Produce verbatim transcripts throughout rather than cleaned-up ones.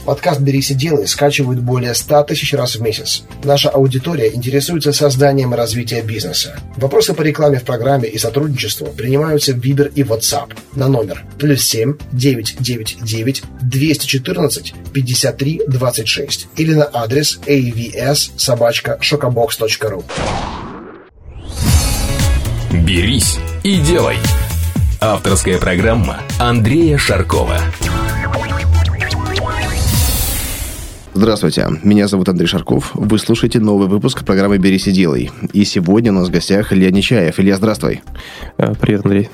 Подкаст «Берись и делай» скачивают более ста тысяч раз в месяц. Наша аудитория интересуется созданием и развитием бизнеса. Вопросы по рекламе в программе и сотрудничеству принимаются в Viber и WhatsApp на номер плюс семь девятьсот девяносто девять двести четырнадцать пятьдесят три двадцать шесть или на адрес эй ви эс собака шокобокс точка ру. «Берись и делай». Авторская программа Андрея Шаркова. Здравствуйте, меня зовут Андрей Шарков. Вы слушаете новый выпуск программы «Берись и делай». И сегодня у нас в гостях Илья Нечаев. Илья, здравствуй. Привет, Андрей.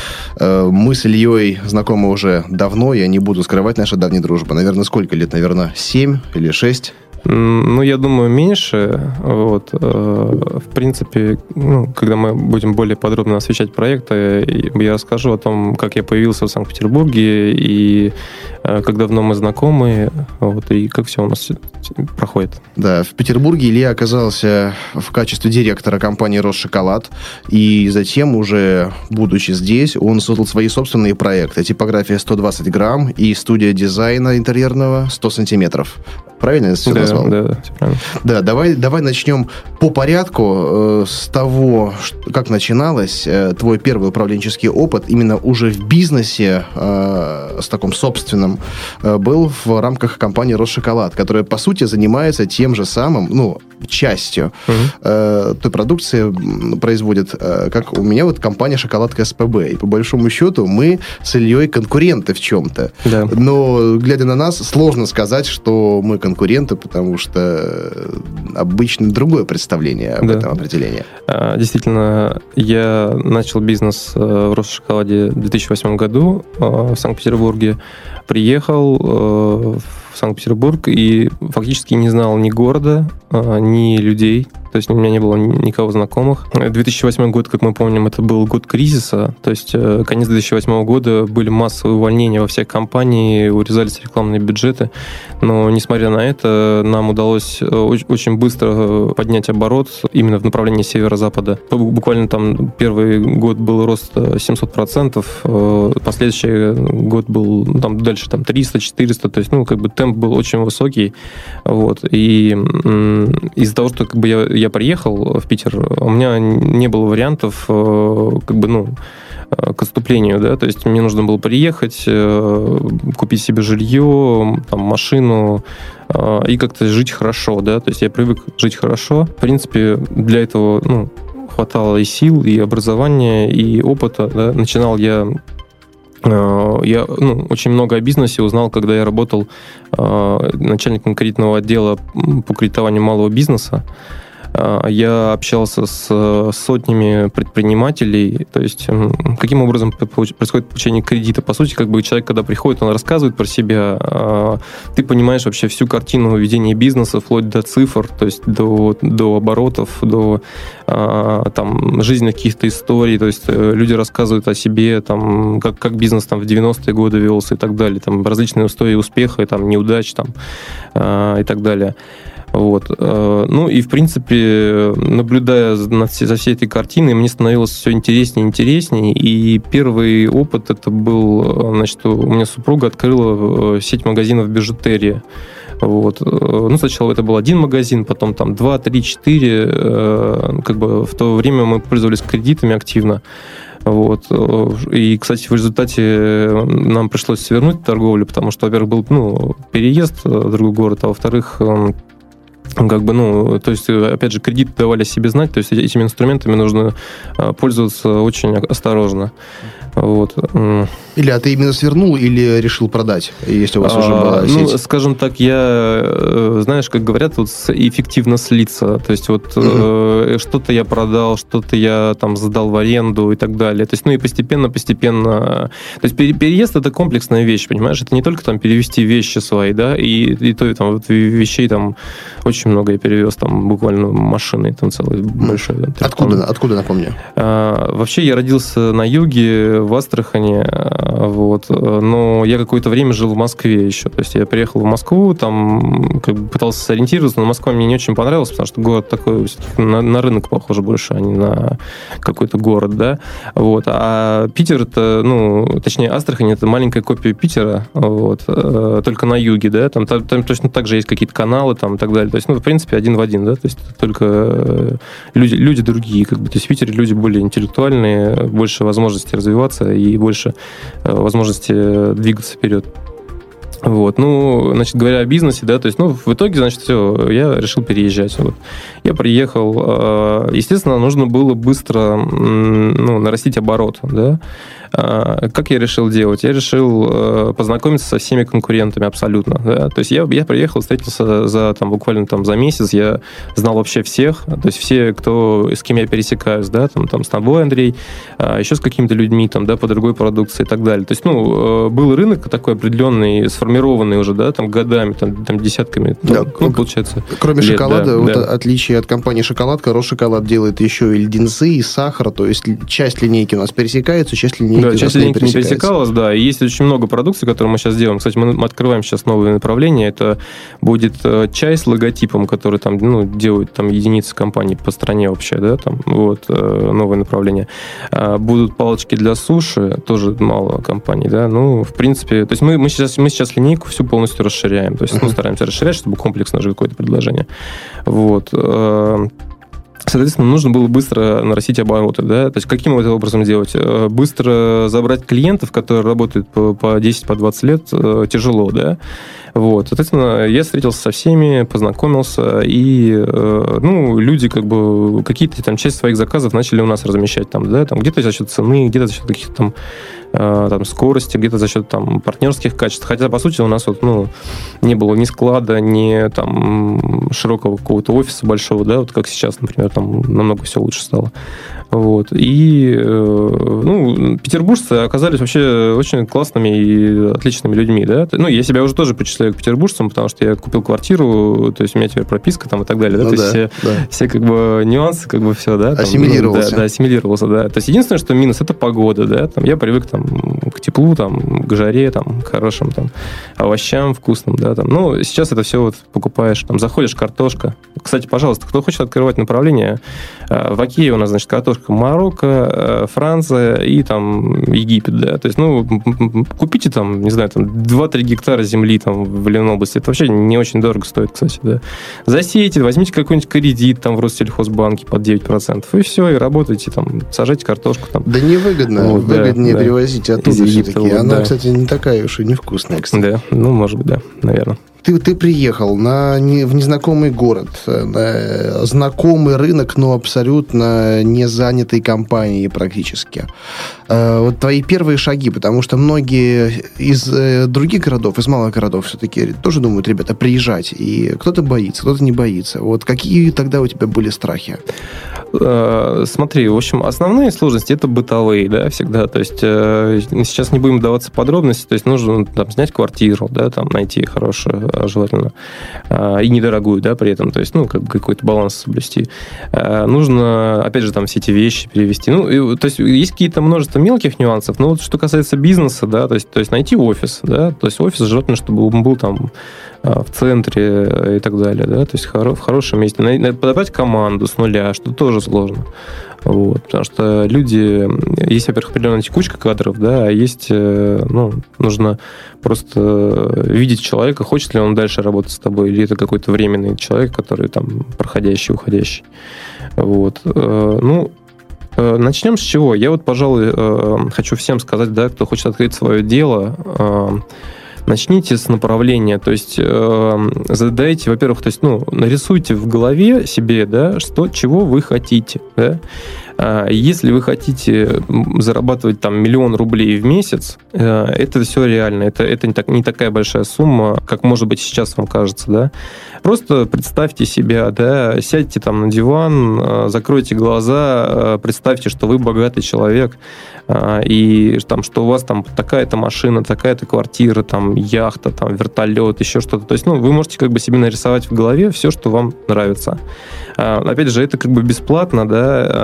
Мы с Ильей знакомы уже давно, я не буду скрывать нашу давнюю дружбу. Наверное, сколько лет? Наверное, семь или шесть? Ну, я думаю, меньше. Вот. В принципе, ну, когда мы будем более подробно освещать проекты, я расскажу о том, как я появился в Санкт-Петербурге, и как давно мы знакомы, вот, и как все у нас проходит. Да, в Петербурге Илья оказался в качестве директора компании «Россшоколад», и затем, уже будучи здесь, он создал свои собственные проекты. Типография сто двадцать грамм и студия дизайна интерьерного сто сантиметров. Правильно я все да, назвал? Да, да, все правильно. Да, давай, давай начнем по порядку э, с того, что, как начиналось э, твой первый управленческий опыт именно уже в бизнесе, э, с таким собственным, э, был в рамках компании «Россшоколад», которая, по сути, занимается тем же самым, ну, частью угу. э, той продукции производит, э, как у меня вот компания «Шоколадка СПБ». И по большому счету мы с Ильей конкуренты в чем-то. Да. Но, глядя на нас, сложно сказать, что мы конкуренты, потому что обычно другое представление об да. этом определении. Действительно, я начал бизнес в «Россшоколаде» в две тысячи восьмом году в Санкт-Петербурге. Приехал в Санкт-Петербург и фактически не знал ни города, ни людей. То есть у меня не было никого знакомых. две тысячи восьмой год, как мы помним, это был год кризиса. То есть конец две тысячи восьмого года были массовые увольнения во всех компаниях, урезались рекламные бюджеты. Но, несмотря на это, нам удалось очень быстро поднять оборот именно в направлении северо-запада. Буквально там первый год был рост семьсот процентов, последующий год был ну, там дальше там триста-четыреста, то есть ну, как бы темп был очень высокий. Вот. И из-за того, что как бы, я, я приехал в Питер, у меня не было вариантов как бы, ну, к отступлению, да, то есть мне нужно было приехать, купить себе жилье, там, машину и как-то жить хорошо, да, то есть я привык жить хорошо. В принципе, для этого, ну, хватало и сил, и образования, и опыта, да. Начинал я Я ну, очень много о бизнесе узнал, когда я работал э, начальником кредитного отдела по кредитованию малого бизнеса. Я общался с сотнями предпринимателей, то есть каким образом происходит получение кредита. По сути, как бы человек, когда приходит, он рассказывает про себя, ты понимаешь вообще всю картину ведения бизнеса, вплоть до цифр, то есть до, до оборотов, до там, жизненных каких-то историй, то есть люди рассказывают о себе, там, как, как бизнес там, в девяностые годы велся и так далее, там, различные истории успеха, там, неудач там, и так далее. Вот. Ну и, в принципе, наблюдая за всей этой картиной, мне становилось все интереснее и интереснее. И первый опыт это был, значит, у меня супруга открыла сеть магазинов бижутерии. Вот. Ну, сначала это был один магазин, потом там два, три, четыре. Как бы в то время мы пользовались кредитами активно. Вот. И, кстати, в результате нам пришлось свернуть торговлю, потому что, во-первых, был ну, переезд в другой город, а во-вторых, как бы, ну, то есть, опять же, кредиты давали о себе знать, то есть этими инструментами нужно пользоваться очень осторожно. Вот. Или а ты именно свернул или решил продать, если у вас а, уже была сеть? Ну, скажем так, я, знаешь, как говорят, вот эффективно слиться. То есть вот угу. что-то я продал, что-то я там сдал в аренду и так далее. То есть, ну и постепенно-постепенно... То есть переезд – это комплексная вещь, понимаешь? Это не только там перевести вещи свои, да, и, и то, и там вот, вещей там очень много я перевез, там буквально машиной там целой большой. Откуда, откуда, напомню? А, вообще я родился на юге, в Астрахани, вот, но я какое-то время жил в Москве еще, то есть я приехал в Москву, там как бы пытался сориентироваться, но Москва мне не очень понравилась, потому что город такой на, на рынок похож больше, а не на какой-то город, да, вот, а Питер это, ну, точнее, Астрахань это маленькая копия Питера, вот, только на юге, да, там, там, там точно так же есть какие-то каналы, там, и так далее, то есть, ну, в принципе, один в один, да, то есть только люди, люди другие, как бы, то есть в Питере люди более интеллектуальные, больше возможностей развиваться и больше возможности двигаться вперед. Вот, ну, значит, говоря о бизнесе, да, то есть, ну, в итоге, значит, все, я решил переезжать. Вот. Я приехал, естественно, нужно было быстро, ну, нарастить оборот, да. Как я решил делать? Я решил познакомиться со всеми конкурентами абсолютно, да. То есть я, я приехал, встретился за, там, буквально там, за месяц, я знал вообще всех, то есть все, кто, с кем я пересекаюсь, да, там, там с тобой, Андрей, еще с какими-то людьми, там, да, по другой продукции и так далее. То есть, ну, был рынок такой определенный, сформированный уже, да, там, годами, там, там десятками, да, ну, ну, получается. Кроме лет, шоколада, да, вот да. Отличие от компании «Шоколадка», Росшоколад делает еще и леденцы, и сахар, то есть часть линейки у нас пересекается, часть линейки да, у нас часть не линейки не пересекается. пересекалась, да, и есть очень много продукции, которые мы сейчас делаем. Кстати, мы открываем сейчас новые направления, это будет чай с логотипом, который там, ну, делают там единицы компаний по стране вообще, да, там, вот, новое направление. Будут палочки для суши, тоже мало компаний, да, ну, в принципе, то есть мы, мы, сейчас, мы сейчас линейку всю полностью расширяем, то есть, ну, стараемся расширять, чтобы комплексно же какое-то предложение. Вот. Соответственно, нужно было быстро нарастить обороты, да, то есть каким это образом делать? Быстро забрать клиентов, которые работают по, по десять-двадцать лет, тяжело, да. Вот, соответственно, я встретился со всеми, познакомился, и, ну, люди, как бы, какие-то там часть своих заказов начали у нас размещать там, да, там где-то за счет цены, где-то за счет каких-то там, там скорости, где-то за счет там партнерских качеств. Хотя, по сути, у нас вот, ну, не было ни склада, ни там широкого какого-то офиса большого, да, вот как сейчас, например, там намного все лучше стало. Вот. И, ну, петербуржцы оказались вообще очень классными и отличными людьми, да. Ну, я себя уже тоже причисляю к петербуржцам, потому что я купил квартиру, то есть у меня теперь прописка там и так далее, да, ну, то да, есть все, да. все как бы нюансы, как бы все, да. Там, ассимилировался. Ну, да, да, ассимилировался, да. То есть единственное, что минус, это погода, да, там я привык там к теплу, там, к жаре, там, к хорошим там овощам вкусным, да, там. Ну, сейчас это все вот покупаешь, там, заходишь, картошка. Кстати, пожалуйста, кто хочет открывать направление, в Окее у нас, значит, картошка Марокко, Франция и там Египет, да. То есть, ну, купите там, не знаю, там два-три гектара земли там в Ленобласти. Это вообще не очень дорого стоит, кстати, да. Засейте, возьмите какой-нибудь кредит там в Россельхозбанке под девять процентов, и все, и работайте там, сажайте картошку там. Да невыгодно, вот, выгоднее да, перевозить да. оттуда все-таки. Вот, Она, да. кстати, не такая уж и невкусная, кстати. Да, ну, может быть, да, наверное. Ты, ты приехал на, не, в незнакомый город, на знакомый рынок, но абсолютно не занятый компанией практически. Вот твои первые шаги, потому что многие из других городов, из малых городов все-таки тоже думают, ребята, приезжать. И кто-то боится, кто-то не боится. Вот какие тогда у тебя были страхи? Смотри, в общем, основные сложности это бытовые, да, всегда. То есть сейчас не будем вдаваться в подробности. То есть нужно там снять квартиру, да, там найти хорошую, желательно, и недорогую, да, при этом, то есть, ну, как бы какой-то баланс соблюсти. Нужно, опять же, там все эти вещи перевести. Ну, и, то есть, есть какие-то множество мелких нюансов, но вот что касается бизнеса, да, то есть, то есть найти офис, да, то есть офис желательно, чтобы он был там в центре и так далее, да, то есть в хорошем месте. Подобрать команду с нуля, что тоже сложно. Вот, потому что люди... Есть, во-первых, определенная текучка кадров, да, а есть... Ну, нужно просто видеть человека, хочет ли он дальше работать с тобой, или это какой-то временный человек, который там проходящий, уходящий. Вот. Ну, начнем с чего? Я вот, пожалуй, хочу всем сказать, да, кто хочет открыть свое дело... Начните с направления, то есть э, задайте, во-первых, то есть, ну, нарисуйте в голове себе, да, что, чего вы хотите, да. А если вы хотите зарабатывать там миллион рублей в месяц, э, это все реально, это, это не, так, не такая большая сумма, как, может быть, сейчас вам кажется, да. Просто представьте себя, да, сядьте там на диван, э, закройте глаза, э, представьте, что вы богатый человек, э, и там, что у вас там такая-то машина, такая-то квартира, там, яхта, там, вертолет, еще что-то. То есть, ну, вы можете как бы себе нарисовать в голове все, что вам нравится. А, опять же, это как бы бесплатно, да,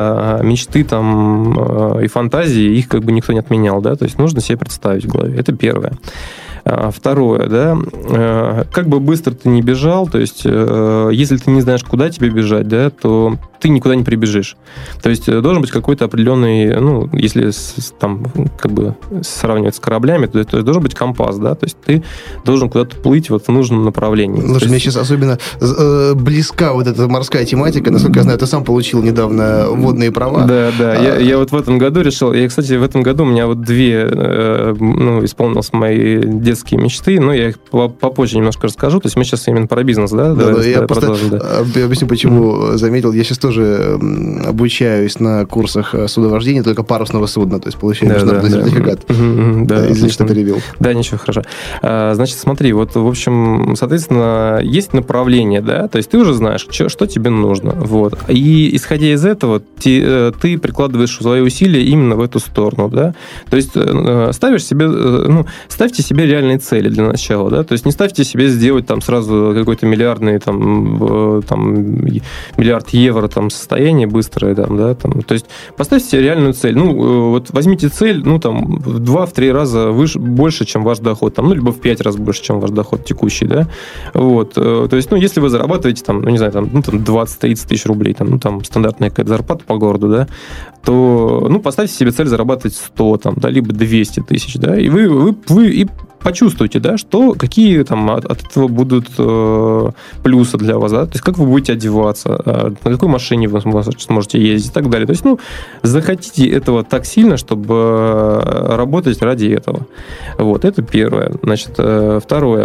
мечты там и фантазии, их как бы никто не отменял, да, то есть нужно себе представить в голове. Это первое. Второе, да, как бы быстро ты не бежал, то есть если ты не знаешь, куда тебе бежать, да, то ты никуда не прибежишь. То есть должен быть какой-то определенный, ну, если с, там как бы сравнивать с кораблями, то, то есть должен быть компас, да, то есть ты должен куда-то плыть вот в нужном направлении. Слушай, мне есть... сейчас особенно э, близка вот эта морская тематика, насколько я знаю, ты сам получил недавно водные права. Да, да, а... я, я вот в этом году решил, я, кстати, в этом году у меня вот две, э, ну, исполнились мои детские мечты, но я их попозже немножко расскажу, то есть мы сейчас именно про бизнес, да? Да, да, я просто да. объясню, почему заметил, я сейчас тоже обучаюсь на курсах судовождения, только парусного судна, то есть получаю да, международный да, сертификат. Да, да, извини, что перебил. Да, ничего, хорошо. Значит, смотри, вот, в общем, соответственно, есть направление, да, то есть ты уже знаешь, что, что тебе нужно, вот, и исходя из этого, ты, ты прикладываешь свои усилия именно в эту сторону, да, то есть ставишь себе, ну, ставьте себе реальные цели для начала, да, то есть не ставьте себе сделать там сразу какой-то миллиардный там, там миллиард евро там состояние быстрое, там, да, там, то есть поставьте себе реальную цель. Ну, вот возьмите цель, ну, там, в два-три раза выше, больше, чем ваш доход, там, ну, либо в пять раз больше, чем ваш доход текущий, да, вот, то есть, ну, если вы зарабатываете, там, ну, не знаю, там, ну, там двадцать-тридцать тысяч рублей, там, ну, там, стандартная какая-то зарплата по городу, да, то, ну, поставьте себе цель зарабатывать сто, там, да, либо двести тысяч, да, и вы, вы, вы и почувствуйте, да, что, какие там от, от этого будут э, плюсы для вас, да, то есть как вы будете одеваться, э, на какой машине вы сможете ездить и так далее. То есть, ну, захотите этого так сильно, чтобы э, работать ради этого. Вот, это первое. Значит, э, второе.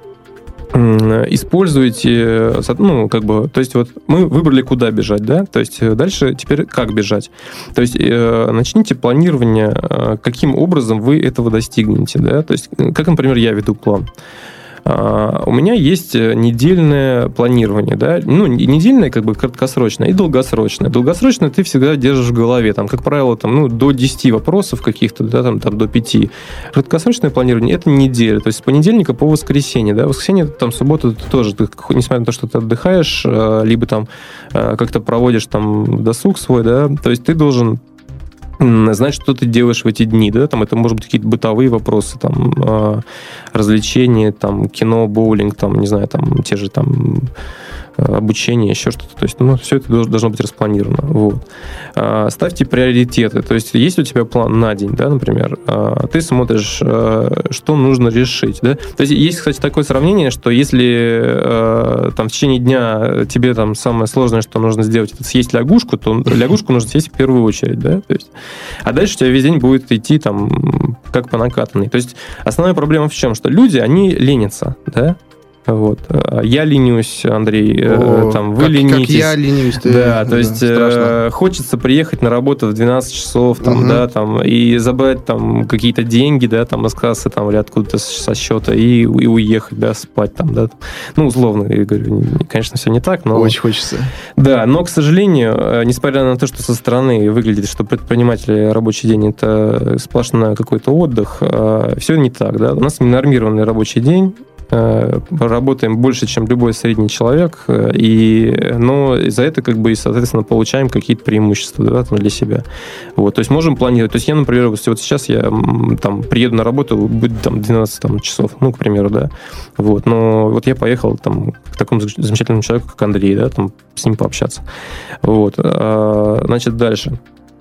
Используйте, ну, как бы, то есть вот мы выбрали, куда бежать, да, то есть дальше теперь как бежать. То есть э, начните планирование, э, каким образом вы этого достигнете, да, то есть как, например, я веду план. Uh, у меня есть недельное планирование, да, ну, недельное, как бы, краткосрочное и долгосрочное. Долгосрочное ты всегда держишь в голове, там, как правило, там, ну, до десяти вопросов каких-то, да, там, там, до пяти. Краткосрочное планирование – это неделя, то есть с понедельника по воскресенье, да, воскресенье, там, субботу ты тоже, ты, несмотря на то, что ты отдыхаешь, либо там как-то проводишь там досуг свой, да, то есть ты должен знать, что ты делаешь в эти дни, да, там это может быть какие-то бытовые вопросы, там, э, развлечения, там, кино, боулинг, там, не знаю, там, те же, там, обучение, еще что-то, то есть, ну, все это должно быть распланировано, вот. Э, ставьте приоритеты, то есть, есть у тебя план на день, да, например, э, ты смотришь, э, что нужно решить, да, то есть, есть, кстати, такое сравнение, что если, э, там, в течение дня тебе, там, самое сложное, что нужно сделать, это съесть лягушку, то лягушку нужно съесть в первую очередь, да, то есть, а дальше у тебя весь день будет идти там как по накатанной. То есть основная проблема в чем? Что люди, они ленятся, да? Вот. Я ленюсь, Андрей, О, там, вы как, ленитесь. Как я ленюсь. Ты... Да, то да, есть страшно. Хочется приехать на работу в двенадцать часов, там, угу. да, там, и забрать там какие-то деньги, да, там, из кассы, там, или откуда-то со счета, и, и уехать, да, спать там, да. Ну, условно, я говорю, конечно, все не так, но... Очень хочется. Да, но, к сожалению, несмотря на то, что со стороны выглядит, что предприниматели рабочий день это сплошной какой-то отдых, все не так, да. У нас ненормированный рабочий день, работаем больше, чем любой средний человек, и, но за это как бы и, соответственно, получаем какие-то преимущества, да, там, для себя. Вот, то есть можем планировать. То есть я, например, вот сейчас я там приеду на работу, будет там двенадцать там, часов, ну, к примеру, да. Вот, но вот я поехал там к такому замечательному человеку, как Андрей, да, там с ним пообщаться. Вот, значит, дальше.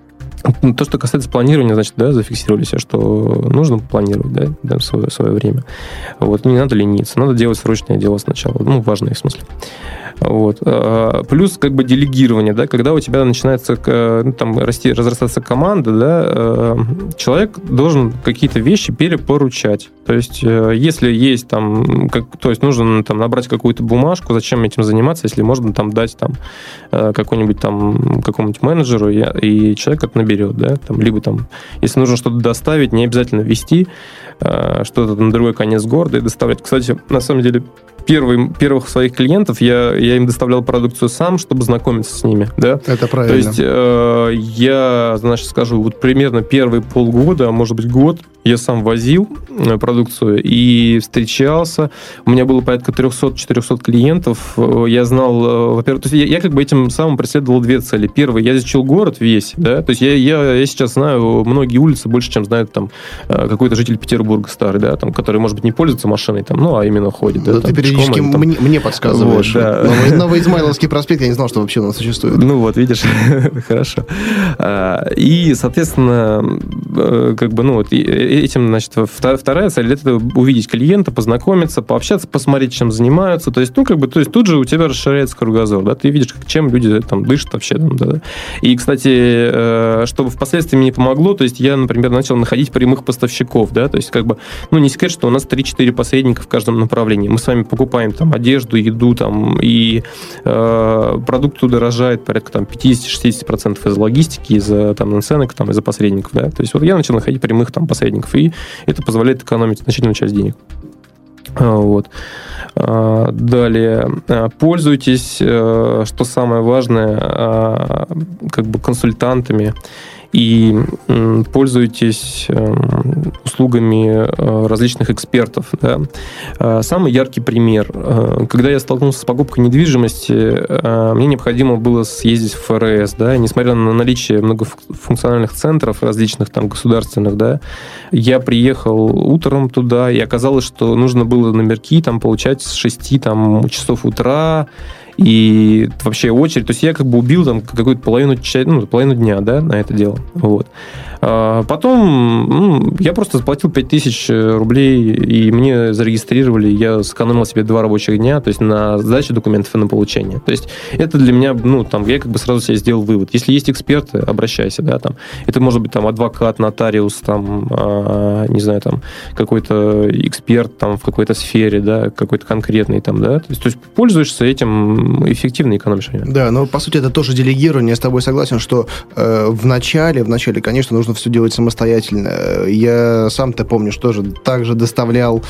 То, что касается планирования, значит, да, зафиксировали себе, что нужно планировать, да, да, свое, свое время. Вот, не надо лениться, надо делать срочное дело сначала, ну, важное в смысле. Вот. Плюс как бы делегирование, да, когда у тебя начинается ну, там, расти, разрастаться команда, да, человек должен какие-то вещи перепоручать. То есть, если есть там, как, то есть нужно там набрать какую-то бумажку, зачем этим заниматься, если можно там дать там какой-нибудь там какому-нибудь менеджеру, и, и человек это наберет, да, там, либо там, если нужно что-то доставить, не обязательно везти что-то на другой конец города и доставлять. Кстати, на самом деле, первый, первых своих клиентов я, я им доставлял продукцию сам, чтобы знакомиться с ними. Да? Это правильно. То есть э, я, значит, скажу, вот примерно первые полгода, а может быть год, я сам возил продукцию и встречался. У меня было порядка триста-четыреста клиентов. Я знал, во-первых, то есть я, я как бы этим самым преследовал две цели. Первое, я изучил город весь, да, то есть я, я, я сейчас знаю многие улицы больше, чем знает там какой-то житель Петербурга старый, да, там, который, может быть, не пользуется машиной, там, ну, а именно ходит. Да, да там, ты периодически пешком, мне, мне подсказываешь. Вот, да. Новый, Новый Измайловский проспект, я не знал, что вообще он существует. Ну вот, видишь, хорошо. И, соответственно, как бы, ну, вот этим, значит, вторая цель – это увидеть клиента, познакомиться, пообщаться, посмотреть, чем занимаются. То есть, ну, как бы, то есть тут же у тебя расширяется кругозор, да, ты видишь, чем люди там дышат вообще. Там, да. И, кстати, чтобы впоследствии мне помогло, то есть я, например, начал находить прямых поставщиков, да, то есть, как бы, ну, не секрет, что у нас три-четыре посредника в каждом направлении. Мы с вами покупаем там одежду, еду, там, и э, продукт удорожает порядка там пятьдесят-шестьдесят процентов из логистики, из-за там наценок, там, из-за посредников, да. То есть вот я начал находить прямых там посредников, и это позволяет экономить значительную часть денег. Вот. Далее. Пользуйтесь, что самое важное, как бы консультантами и пользуйтесь услугами различных экспертов. Да. Самый яркий пример. Когда я столкнулся с покупкой недвижимости, мне необходимо было съездить в ФРС. Да. Несмотря на наличие многофункциональных центров различных там, государственных, да, я приехал утром туда, и оказалось, что нужно было номерки там, получать с шести там, часов утра, и вообще очередь. То есть я как бы убил там какую-то половину, ну, половину дня, да, на это дело. Вот. А потом ну, я просто заплатил пять тысяч рублей, и мне зарегистрировали, я сэкономил себе два рабочих дня, то есть на сдачу документов и на получение. То есть это для меня, ну, там, я как бы сразу себе сделал вывод. Если есть эксперты, обращайся, да, там. Это может быть там адвокат, нотариус, там, а, не знаю, там, какой-то эксперт там в какой-то сфере, да, какой-то конкретный там, да. То есть, то есть пользуешься этим, эффективно экономишь время. Да, но по сути это тоже делегирование. Я с тобой согласен, что э, в начале, в начале, конечно, нужно все делать самостоятельно. Я сам-то помню, что тоже также доставлял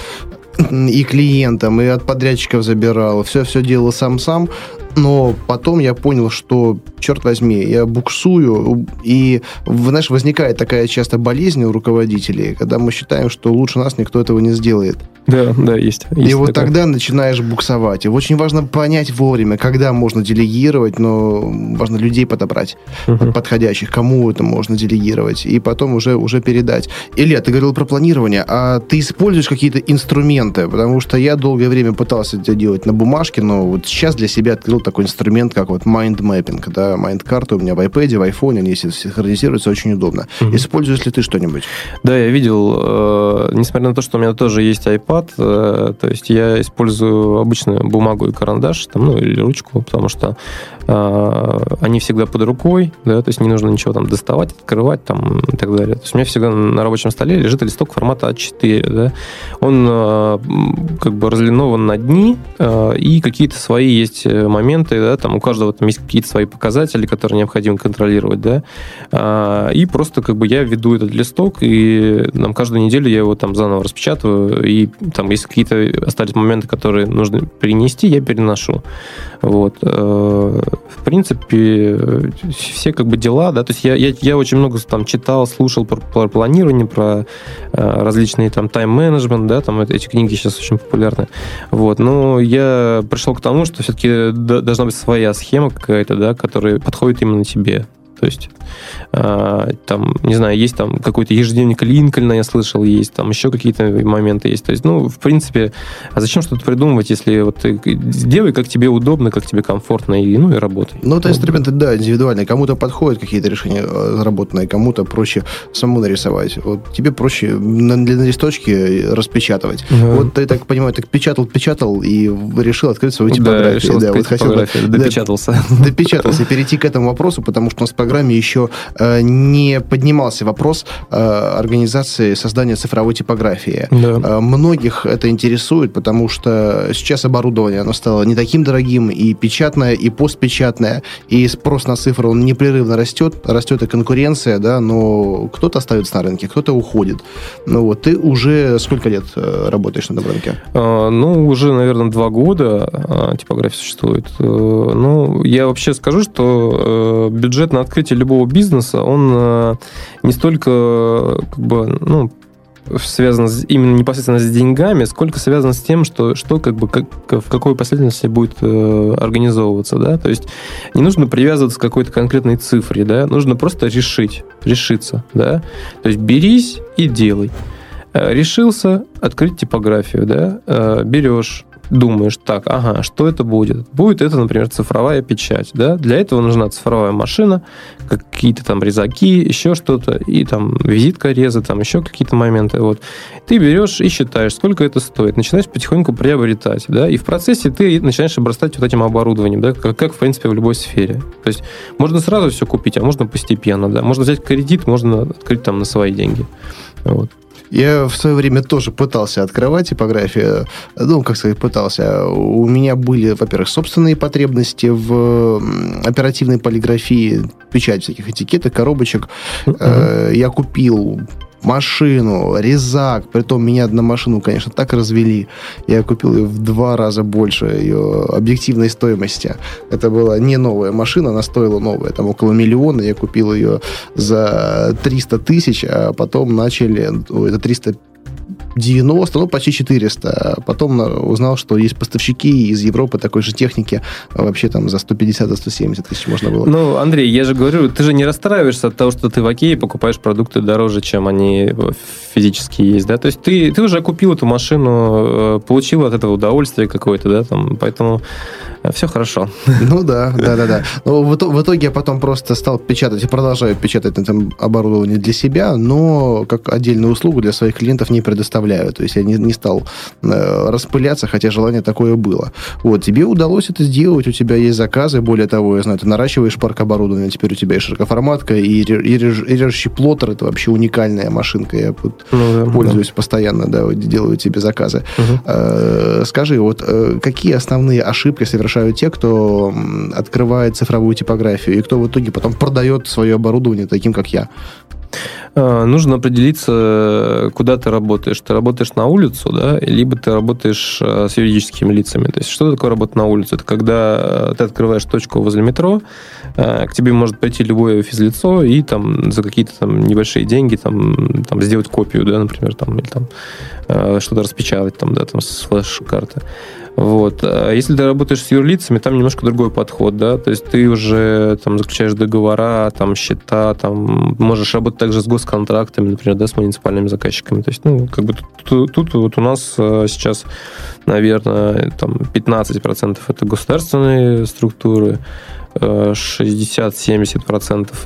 и клиентам, и от подрядчиков забирал. Все-все делал сам-сам. Но потом я понял, что, черт возьми, я буксую, и, знаешь, возникает такая часто болезнь у руководителей, когда мы считаем, что лучше нас никто этого не сделает. Да, да, есть. есть и вот такое. Тогда начинаешь буксовать. И очень важно понять вовремя, когда можно делегировать, но важно людей подобрать, uh-huh. подходящих, кому это можно делегировать, и потом уже, уже передать. Илья, ты говорил про планирование, а ты используешь какие-то инструменты? Потому что я долгое время пытался это делать на бумажке, но вот сейчас для себя открыл такой инструмент, как вот mind mapping, да, mind-карты у меня в iPad, в iPhone, они синхронизируются, очень удобно. Mm-hmm. Используешь ли ты что-нибудь? Да, я видел, э, несмотря на то, что у меня тоже есть iPad, э, то есть я использую обычную бумагу и карандаш, там, ну, или ручку, потому что э, они всегда под рукой, да, то есть не нужно ничего там доставать, открывать там и так далее. То есть у меня всегда на рабочем столе лежит листок формата а четыре, да. Он э, как бы разлинован на дни, э, и какие-то свои есть моменты, да, там у каждого там есть какие-то свои показатели, которые необходимо контролировать, да, а, и просто как бы я веду этот листок, и там каждую неделю я его там заново распечатываю, и там если какие-то остались моменты, которые нужно перенести, я переношу. Вот. В принципе, все как бы дела, да, то есть я, я, я очень много там читал, слушал про, про планирование, про различные там тайм-менеджмент, да, там эти книги сейчас очень популярны. Вот. Но я пришел к тому, что все-таки должна быть своя схема какая-то, да, которая подходит именно тебе. То есть, э, там, не знаю, есть там какой-то ежедневник Линкольна, я слышал, есть там еще какие-то моменты есть. То есть, ну, в принципе, а зачем что-то придумывать, если вот ты делай, как тебе удобно, как тебе комфортно, и, ну, и работай. Ну, это инструменты, да, индивидуальные. Кому-то подходят какие-то решения заработанные, кому-то проще самому нарисовать. Вот тебе проще на, на листочке распечатывать. Uh-huh. Вот ты, так понимаю, так печатал, печатал и решил открыть свою типографию. Да, решил да, открыть вот типографию, хотел бы, допечатался. Да, допечатался, перейти к этому вопросу, потому что у нас программа программе еще не поднимался вопрос организации создания цифровой типографии. Да. Многих это интересует, потому что сейчас оборудование, оно стало не таким дорогим, и печатное, и постпечатное, и спрос на цифры, он непрерывно растет, растет и конкуренция, да, но кто-то остается на рынке, кто-то уходит. Ну вот, ты уже сколько лет работаешь на этом рынке? А, ну, уже, наверное, два года типография существует. Ну, я вообще скажу, что бюджет на открытие любого бизнеса, он не столько, как бы, ну, связано с, именно непосредственно с деньгами, сколько связано с тем, что, что как бы, как, в какой последовательности будет э, организовываться, да, то есть не нужно привязываться к какой-то конкретной цифре, да, нужно просто решить, решиться, да, то есть берись и делай. Э, решился открыть типографию, да, э, берешь, думаешь, так, ага, что это будет? Будет это, например, цифровая печать, да? Для этого нужна цифровая машина, какие-то там резаки, еще что-то, и там визитка реза, там еще какие-то моменты. Вот. Ты берешь и считаешь, сколько это стоит, начинаешь потихоньку приобретать, да? И в процессе ты начинаешь обрастать вот этим оборудованием, да? Как, как, в принципе, в любой сфере. То есть можно сразу все купить, а можно постепенно, да? Можно взять кредит, можно открыть там на свои деньги. Вот. Я в свое время тоже пытался открывать типографию. Ну, как сказать, пытался. У меня были, во-первых, собственные потребности в оперативной полиграфии, печать всяких этикеток, коробочек. Uh-huh. Я купил машину, резак, притом меня на машину, конечно, так развели. Я купил ее в два раза больше ее объективной стоимости. Это была не новая машина, она стоила новая, там около миллиона. Я купил ее за триста тысяч, а потом начали, это триста девяносто, ну, почти четыреста. Потом узнал, что есть поставщики из Европы такой же техники. Вообще там за сто пятьдесят, за сто семьдесят тысяч можно было. Ну, Андрей, я же говорю, ты же не расстраиваешься от того, что ты в Окее покупаешь продукты дороже, чем они физически есть, да? То есть ты, ты уже купил эту машину, получил от этого удовольствие какое-то, да? Там, поэтому все хорошо. Ну да, да, да, да. Но в, в итоге я потом просто стал печатать и продолжаю печатать на этом оборудовании для себя, но как отдельную услугу для своих клиентов не предоставляю. То есть я не, не стал э, распыляться, хотя желание такое было. Вот, тебе удалось это сделать, у тебя есть заказы, более того, я знаю, ты наращиваешь парк оборудования, теперь у тебя и широкоформатка, и, и, и режущий плоттер, это вообще уникальная машинка, я вот, ну, да, пользуюсь да. постоянно, да, делаю тебе заказы. Угу. Э, скажи, вот э, какие основные ошибки совершают те, кто открывает цифровую типографию, и кто в итоге потом продает свое оборудование таким, как я? Нужно определиться, куда ты работаешь. Ты работаешь на улицу, да, либо ты работаешь с юридическими лицами. То есть, что такое работа на улице? Это когда ты открываешь точку возле метро, к тебе может прийти любое физлицо и там за какие-то там небольшие деньги там, там сделать копию, да, например, там, или там что-то распечатать там, да, там, с флеш-карты. Вот. Если ты работаешь с юрлицами, там немножко другой подход, да, то есть ты уже там заключаешь договора, там счета, там можешь работать также с госконтрактами, например, да, с муниципальными заказчиками. То есть, ну, как бы тут, тут вот у нас сейчас, наверное, там пятнадцать процентов это государственные структуры, шестьдесят-семьдесят процентов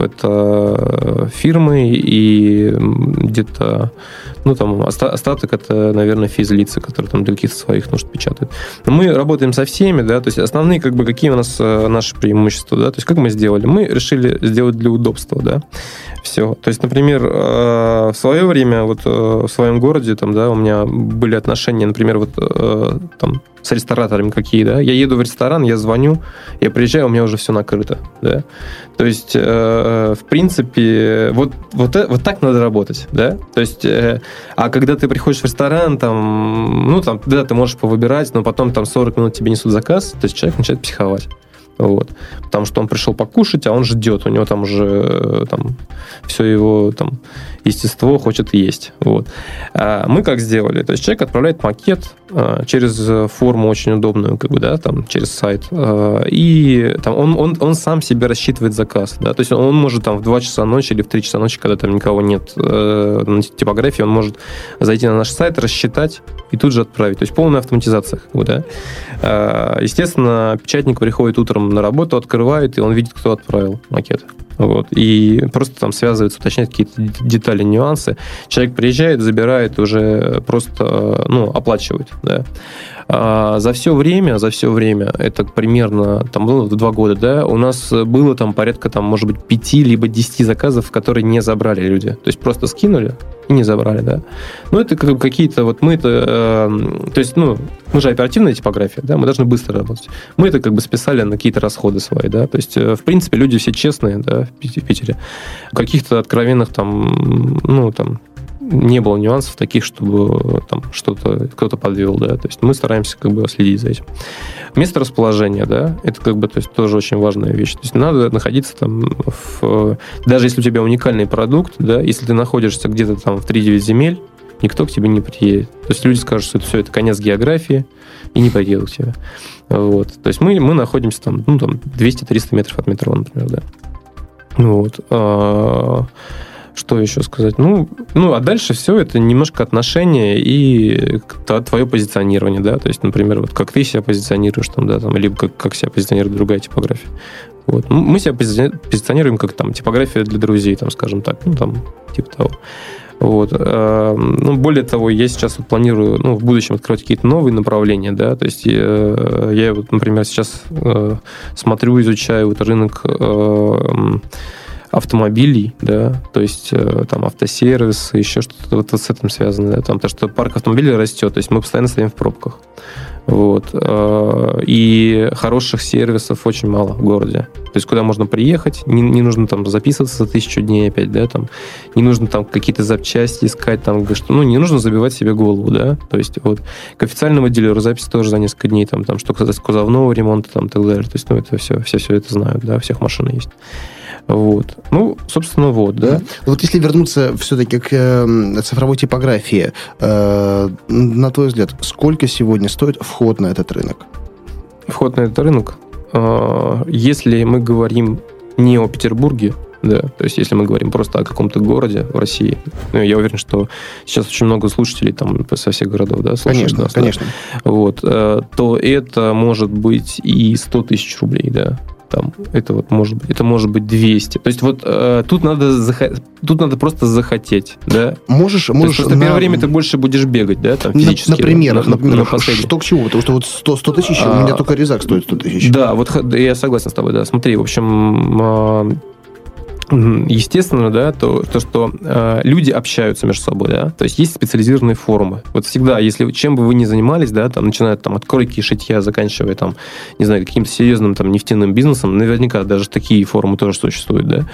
это фирмы, и где-то, ну, там, остаток это, наверное, физлицы, которые там для каких-то своих нужд печатают. Но мы работаем со всеми, да, то есть основные, как бы, какие у нас наши преимущества, да, то есть как мы сделали? Мы решили сделать для удобства, да, все. То есть, например, в свое время, вот в своем городе, там, да, у меня были отношения, например, вот там с рестораторами какие, да, я еду в ресторан, я звоню, я приезжаю, у меня уже все накрыто, да. То есть, э, в принципе, вот, вот, вот так надо работать, да. То есть, э, а когда ты приходишь в ресторан, там, ну, там, да, ты можешь повыбирать, но потом там сорок минут тебе несут заказ, то есть человек начинает психовать. Вот. Потому что он пришел покушать, а он ждет. У него там уже там, все его там, естество хочет есть. Вот. А мы как сделали? То есть человек отправляет макет а, через форму очень удобную, как бы, да, там, через сайт. А, и там, он, он, он сам себе рассчитывает заказ. Да? То есть он может там, в два часа ночи или в три часа ночи, когда там никого нет э, на типографии, он может зайти на наш сайт, рассчитать и тут же отправить. То есть полная автоматизация. Как бы, да? а, естественно, печатник приходит утром на работу, открывает, и он видит, кто отправил макет. Вот, и просто там связывается, уточняет какие-то детали, нюансы. Человек приезжает, забирает, уже просто, ну, оплачивает, да. А за все время, за все время, это примерно там было два года, да, у нас было там порядка, там, может быть, пяти либо десяти заказов, которые не забрали люди. То есть просто скинули и не забрали, да. Ну, это как какие-то, вот мы это, э, то есть, ну, мы же оперативная типография, да, мы должны быстро работать. Мы это как бы списали на какие-то расходы свои, да, то есть, э, в принципе, люди все честные, да, в Питере. Каких-то откровенных там, ну, там, не было нюансов таких, чтобы там что-то кто-то подвел, да, то есть мы стараемся как бы следить за этим. Место расположения, да, это как бы, то есть тоже очень важная вещь. То есть надо находиться там в... Даже если у тебя уникальный продукт, да, если ты находишься где-то там в три-девять земель, никто к тебе не приедет. То есть люди скажут, что это все, это конец географии, и не приедут к тебе. Вот. То есть мы, мы находимся там, ну, там двести-триста метров от метро, например, да. Вот. Что еще сказать? Ну, ну, а дальше все это немножко отношения и твое позиционирование, да, то есть, например, вот как ты себя позиционируешь, там, да, там, либо как, как себя позиционирует другая типография. Вот. Мы себя позиционируем как там типография для друзей, там, скажем так, ну, там, типа того. Вот. Ну, более того, я сейчас вот планирую, ну, в будущем открывать какие-то новые направления, да, то есть я, я вот, например, сейчас смотрю, изучаю вот рынок автомобилей, да, то есть там автосервис, еще что-то вот с этим связано, да, там, то, что парк автомобилей растет, то есть мы постоянно стоим в пробках. Вот. И хороших сервисов очень мало в городе. То есть куда можно приехать, не, не нужно там записываться за тысячу дней опять, да, там, не нужно там какие-то запчасти искать, там, что, ну, не нужно забивать себе голову, да, то есть вот к официальному дилеру запись тоже за несколько дней, там, там что касается кузовного ремонта, там, и так далее, то есть, ну, это все, все, все это знают, да, у всех машины есть. Вот. Ну, собственно, вот, да. Вот если вернуться все-таки к э, цифровой типографии, э, на твой взгляд, сколько сегодня стоит вход на этот рынок? Вход на этот рынок? Э, если мы говорим не о Петербурге, да, то есть если мы говорим просто о каком-то городе в России, ну, я уверен, что сейчас очень много слушателей там со всех городов, да, слушают конечно, нас, конечно. Да, вот, э, то это может быть и сто тысяч рублей, да. Там, это вот может быть, это может быть двести. То есть вот э, тут надо зах... тут надо просто захотеть, да. Можешь, можешь. Просто на... первое время ты больше будешь бегать, да, там физически. Например, на, например, на последний. Что к чему? Потому что вот сто тысяч, а... у меня только резак стоит сто тысяч. Да, вот я согласен с тобой, да. Смотри, в общем, э, естественно, да, то, то что э, люди общаются между собой, да, то есть есть специализированные форумы. Вот всегда, если чем бы вы ни занимались, да, там, начиная там, от кройки и шитья, заканчивая там, не знаю, каким-то серьезным там нефтяным бизнесом, наверняка даже такие форумы тоже существуют, да,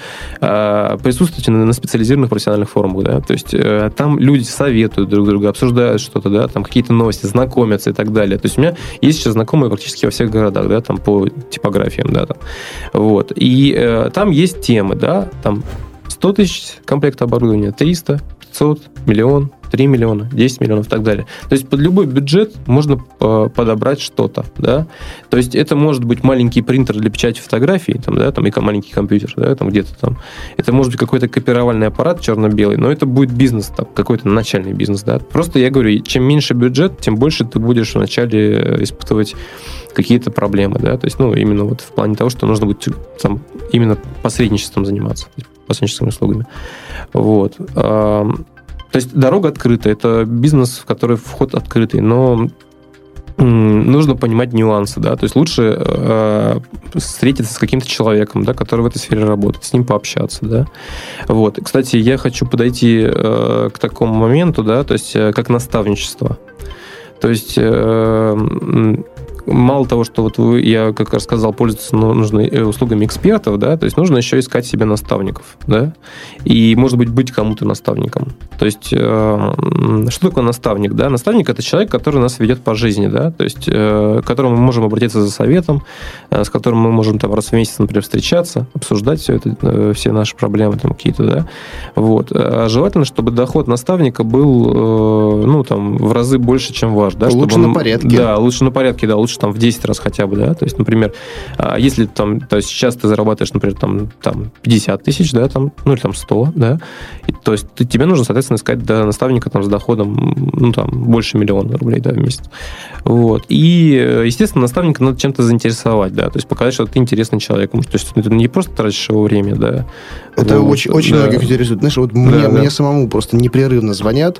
э, присутствуйте на, на специализированных профессиональных форумах, да, то есть э, там люди советуют друг друга, обсуждают что-то, да, там какие-то новости, знакомятся и так далее. То есть у меня есть сейчас знакомые практически во всех городах, да, там по типографиям, да, там, вот, и э, там есть темы, да, там сто тысяч комплект оборудования, триста, пятьсот, миллион, три миллиона, десять миллионов и так далее. То есть под любой бюджет можно подобрать что-то, да. То есть это может быть маленький принтер для печати фотографий, там, да, там, и маленький компьютер, да, там где-то там. Это может быть какой-то копировальный аппарат черно-белый, но это будет бизнес, там, какой-то начальный бизнес, да. Просто я говорю, чем меньше бюджет, тем больше ты будешь вначале испытывать какие-то проблемы, да, то есть, ну, именно вот в плане того, что нужно будет там именно посредничеством заниматься, посредническими услугами. Вот. То есть дорога открыта, это бизнес, в который вход открытый, но нужно понимать нюансы, да, то есть лучше э, встретиться с каким-то человеком, да, который в этой сфере работает, с ним пообщаться, да. Вот. Кстати, я хочу подойти э, к такому моменту, да, то есть э, как наставничество. То есть э, мало того, что вот вы, я, как рассказал, пользоваться нужно услугами экспертов, да, то есть нужно еще искать себе наставников, да, и, может быть, быть кому-то наставником. То есть, э, что такое наставник, да? Наставник – это человек, который нас ведет по жизни, да, то есть, э, к которому мы можем обратиться за советом, э, с которым мы можем там раз в месяц, например, встречаться, обсуждать все это, э, все наши проблемы там какие-то, да, вот. А желательно, чтобы доход наставника был, э, ну, там, в разы больше, чем ваш, да. Лучше чтобы он, на порядке. Да, лучше на порядке, да, лучше больше там в десять раз хотя бы, да, то есть, например, если там, то есть сейчас ты зарабатываешь, например, там, там пятьдесят тысяч, да, там, ну или там сто, да, и, то есть ты, тебе нужно, соответственно, искать да, наставника там с доходом, ну там, больше миллиона рублей, да, в месяц. Вот. И, естественно, наставника надо чем-то заинтересовать, да, то есть показать, что ты интересный человек, то есть ты не просто тратишь его время, да. Это вот, очень, очень да. многих интересует. Знаешь, вот мне, да, мне да. самому просто непрерывно звонят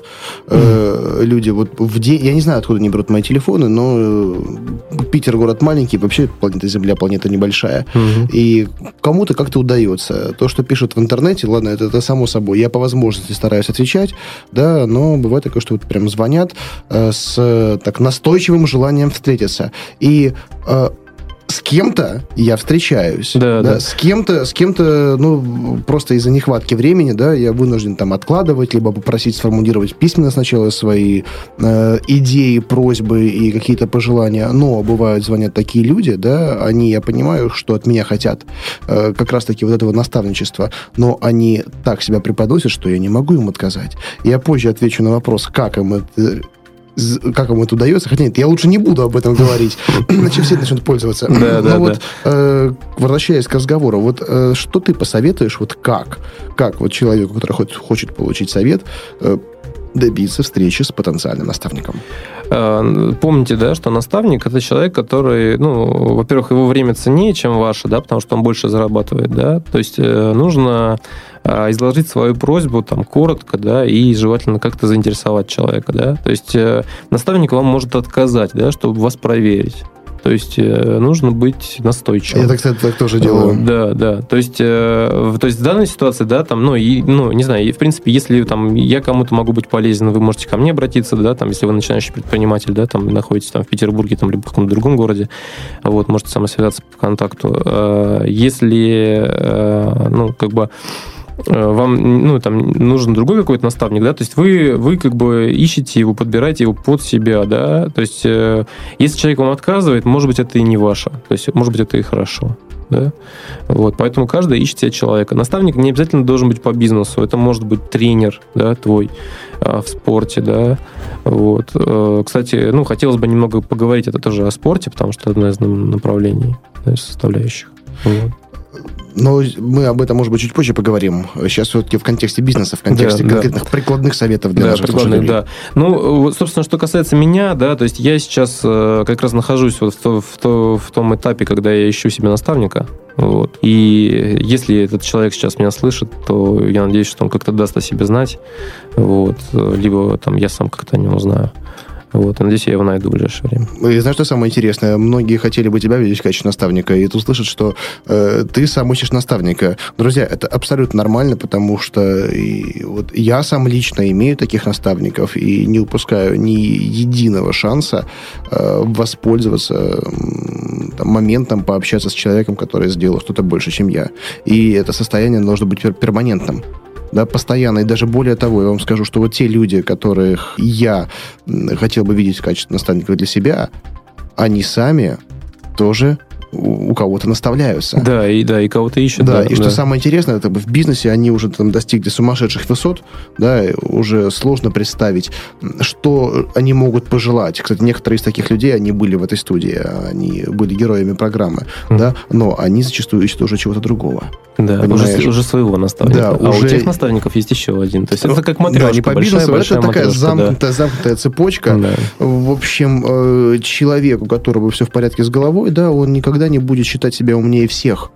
э, люди вот в день, я не знаю, откуда они берут мои телефоны, но э, Питер город маленький, вообще планета Земля, планета небольшая, угу. и кому-то как-то удается. То, что пишут в интернете, ладно, это, это само собой, я по возможности стараюсь отвечать, да, но бывает такое, что вот прям звонят э, с так настойчивым желанием встретиться. И э, с кем-то я встречаюсь, да, да, да. с кем-то, с кем-то, ну, просто из-за нехватки времени, да, я вынужден там откладывать, либо попросить сформулировать письменно сначала свои э, идеи, просьбы и какие-то пожелания, но бывают, звонят такие люди, да, они, я понимаю, что от меня хотят э, как раз-таки вот этого наставничества, но они так себя преподносят, что я не могу им отказать. Я позже отвечу на вопрос, как им это... как им это удается, хотя нет, я лучше не буду об этом говорить, иначе все начнут пользоваться. Да, да, Но вот, э, возвращаясь к разговору, вот э, что ты посоветуешь, вот как, как вот человеку, который хочет, хочет получить совет, э, добиться встречи с потенциальным наставником? Помните, да, что наставник – это человек, который, ну, во-первых, его время ценнее, чем ваше, да, потому что он больше зарабатывает, да, то есть нужно изложить свою просьбу там коротко, да, и желательно как-то заинтересовать человека, да, то есть наставник вам может отказать, да, чтобы вас проверить. То есть э, нужно быть настойчивым. Я, так, кстати, так тоже делаю. Да, да. То есть, э, то есть в данной ситуации, да, там, ну, и, ну, не знаю, и, в принципе, если там я кому-то могу быть полезен, вы можете ко мне обратиться, да, там, если вы начинающий предприниматель, да, там, находитесь там в Петербурге, там, либо в каком-то другом городе, вот, можете со мной связаться по контакту. Э, если, э, ну, как бы вам, ну, там, нужен другой какой-то наставник, да, то есть вы, вы как бы ищете его, подбираете его под себя, да, то есть э, если человек вам отказывает, может быть, это и не ваше, то есть, может быть, это и хорошо, да, вот, поэтому каждый ищет себе человека. Наставник не обязательно должен быть по бизнесу, это может быть тренер, да, твой э, в спорте, да, вот. Э, кстати, ну, хотелось бы немного поговорить это тоже о спорте, потому что это одно из направлений, да, составляющих, вот. Но мы об этом, может быть, чуть позже поговорим. Сейчас все-таки в контексте бизнеса, в контексте да, конкретных да. прикладных советов для да, наших слушателей. Да. Ну, собственно, что касается меня, да, то есть я сейчас как раз нахожусь вот в, то, в, то, в том этапе, когда я ищу себе наставника. Вот. И если этот человек сейчас меня слышит, то я надеюсь, что он как-то даст о себе знать. Вот. Либо там я сам как-то о нем узнаю. Вот, надеюсь, я его найду в ближайшее время. И знаешь, что самое интересное? Многие хотели бы тебя видеть в качестве наставника, и тут слышат, что э, ты сам ищешь наставника. Друзья, это абсолютно нормально, потому что и, вот, я сам лично имею таких наставников и не упускаю ни единого шанса э, воспользоваться э, там, моментом, пообщаться с человеком, который сделал что-то больше, чем я. И это состояние должно быть перманентным. Да, постоянно. И даже более того, я вам скажу, что вот те люди, которых я хотел бы видеть в качестве наставников для себя, они сами тоже у кого-то наставляются. Да, и, да, и кого-то ищут. Да, да, и да. что самое интересное, это в бизнесе они уже там достигли сумасшедших высот, да, уже сложно представить, что они могут пожелать. Кстати, некоторые из таких людей, они были в этой студии, они были героями программы, mm. да, но они зачастую ищут уже чего-то другого. Да, уже, уже своего наставника. Да, а уже... у тех наставников есть еще один. То есть это как матрешка. Да, не по бизнесу, большая, это такая матрешка, замкнутая, да. замкнутая цепочка. Да. В общем, человек, у которого все в порядке с головой, да, он никогда не будет считать себя умнее всех.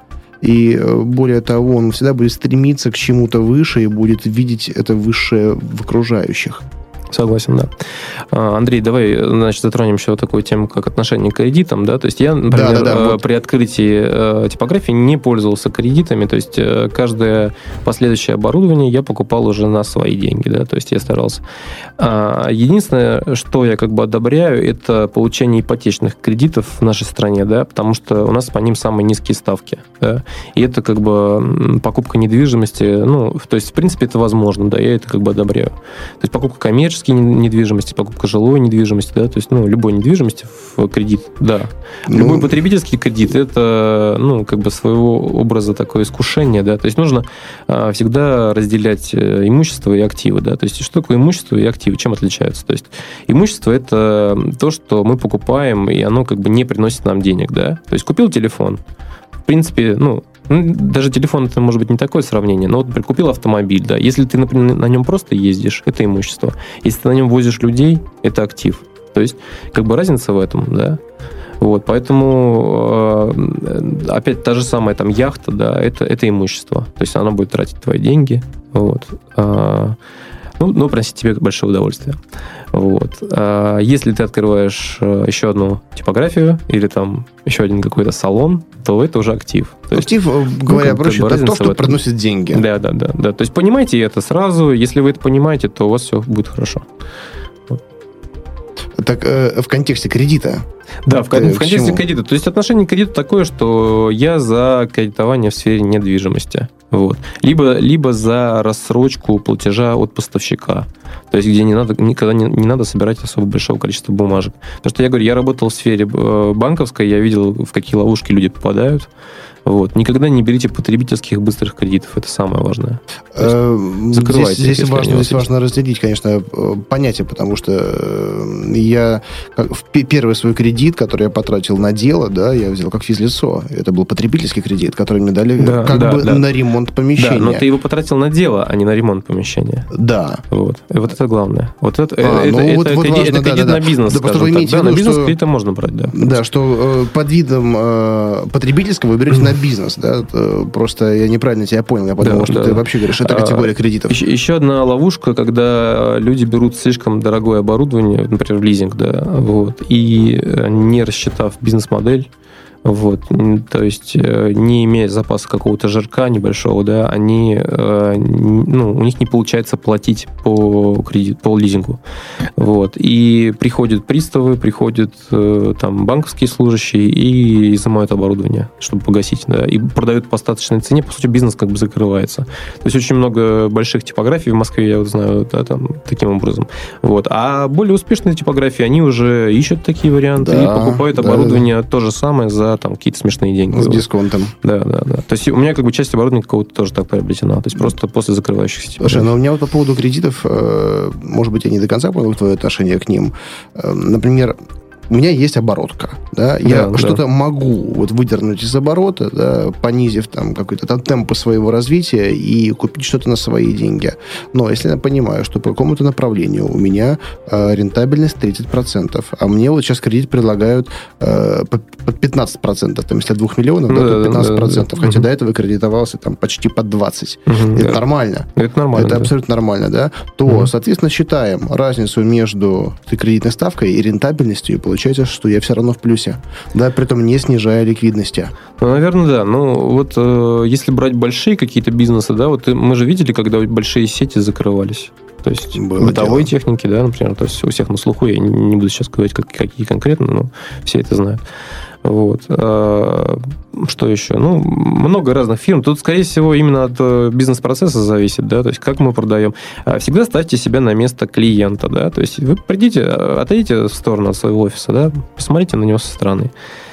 И более того, он всегда будет стремиться к чему-то выше и будет видеть это высшее в окружающих. Согласен, да. Андрей, давай, значит, затронем еще такую тему, как отношение к кредитам, да, то есть я, например, да, да, да, вот. при открытии типографии не пользовался кредитами, то есть каждое последующее оборудование я покупал уже на свои деньги, да, то есть я старался. Единственное, что я как бы одобряю, это получение ипотечных кредитов в нашей стране, да, потому что у нас по ним самые низкие ставки, да, и это как бы покупка недвижимости, ну, то есть, в принципе, это возможно, да, я это как бы одобряю. То есть покупка коммерческих коммерческой недвижимости, покупка жилой недвижимости, да, то есть, ну, любой недвижимости в кредит, да. Ну, любой потребительский кредит – это, ну, как бы своего образа такое искушение, да, то есть нужно а, всегда разделять имущество и активы, да, то есть что такое имущество и активы, чем отличаются? То есть имущество – это то, что мы покупаем, и оно как бы не приносит нам денег, да, то есть купил телефон, в принципе, ну, даже телефон это может быть не такое сравнение, но вот, например, купил автомобиль, да, если ты, например, на нем просто ездишь, это имущество, если ты на нем возишь людей, это актив, то есть как бы разница в этом, да. Вот, поэтому опять та же самая там яхта, да, это, это имущество. То есть она будет тратить твои деньги. Вот. Ну, ну, приносить тебе большое удовольствие. Вот. Если ты открываешь еще одну типографию или там еще один какой-то салон, то это уже актив. То актив, есть, говоря ну, проще, это то, что приносит деньги. Да, да, да, да. То есть понимаете это сразу. Если вы это понимаете, то у вас все будет хорошо. Вот. Так э, в контексте кредита. Да, в, в контексте чему? Кредита. То есть отношение к кредиту такое, что я за кредитование в сфере недвижимости. Вот. Либо, либо за рассрочку платежа от поставщика. То есть где не надо, никогда не, не надо собирать особо большого количества бумажек. Потому что я говорю, я работал в сфере банковской, я видел, в какие ловушки люди попадают. Вот. Никогда не берите потребительских быстрых кредитов. Это самое важное. Здесь, здесь, их, важно, здесь важно разделить, конечно, понятие, потому что я в первый свой кредит, который я потратил на дело, да, я взял как физлицо. Это был потребительский кредит, который мне дали да, как да, бы да. на ремонт помещения. Да, но ты его потратил на дело, а не на ремонт помещения. Да. Вот. И вот это главное. Вот это, а, это, ну, это, вот, это, вот кредит, важно, это кредит да, на да, бизнес. Да, просто вы имеете да, в виду, на бизнес что, кредитом можно брать, да. Да, что э, под видом э, потребительского вы берете на бизнес, да. Просто я неправильно тебя понял. Я подумал, да, что да. ты вообще говоришь, это категория кредитов. Еще, еще одна ловушка, когда люди берут слишком дорогое оборудование, например, в лизинг, да, вот, и не рассчитав бизнес-модель, вот, то есть не имея запаса какого-то жирка небольшого, да, они, ну, у них не получается платить по кредиту, по лизингу, вот, и приходят приставы, приходят там банковские служащие и изымают оборудование, чтобы погасить, да, и продают по остаточной цене, по сути, бизнес как бы закрывается. То есть очень много больших типографий в Москве, я вот знаю, да, там, таким образом, вот, а более успешные типографии, они уже ищут такие варианты да, и покупают да, оборудование да. то же самое за там какие-то смешные деньги. С вот. Дисконтом. Да, да, да. То есть у меня как бы часть оборудования какого-то тоже так приобретена. То есть просто после закрывающихся типографий. Слушай, ну у меня вот по поводу кредитов, может быть, я не до конца понял твое отношение к ним. Например, у меня есть оборотка, да, я да, что-то да. могу вот выдернуть из оборота, да, понизив там какой-то там темп своего развития и купить что-то на свои деньги. Но если я понимаю, что по какому-то направлению у меня э, рентабельность тридцать процентов, а мне вот сейчас кредит предлагают э, под пятнадцать процентов, там, если от двух миллионов, да, да, под пятнадцать процентов, да, да, хотя угу. до этого кредитовался там почти под двадцать процентов. Угу, это да. нормально. Это нормально. Это да. абсолютно нормально, да. То, угу. соответственно, считаем разницу между кредитной ставкой и рентабельностью и получается, что я все равно в плюсе. Да, при этом не снижая ликвидности. Ну, наверное, да. Ну, вот э, если брать большие какие-то бизнесы, да, вот мы же видели, когда большие сети закрывались. То есть было бытовой дело. Техники, да, например, то есть у всех на слуху, я не, не буду сейчас говорить, как, какие конкретно, но все это знают. Вот. А, что еще? Ну, много разных фирм. Тут, скорее всего, именно от бизнес-процесса зависит, да, то есть как мы продаем. Всегда ставьте себя на место клиента, да, то есть вы придите, отойдите в сторону от своего офиса, да, посмотрите на него со стороны.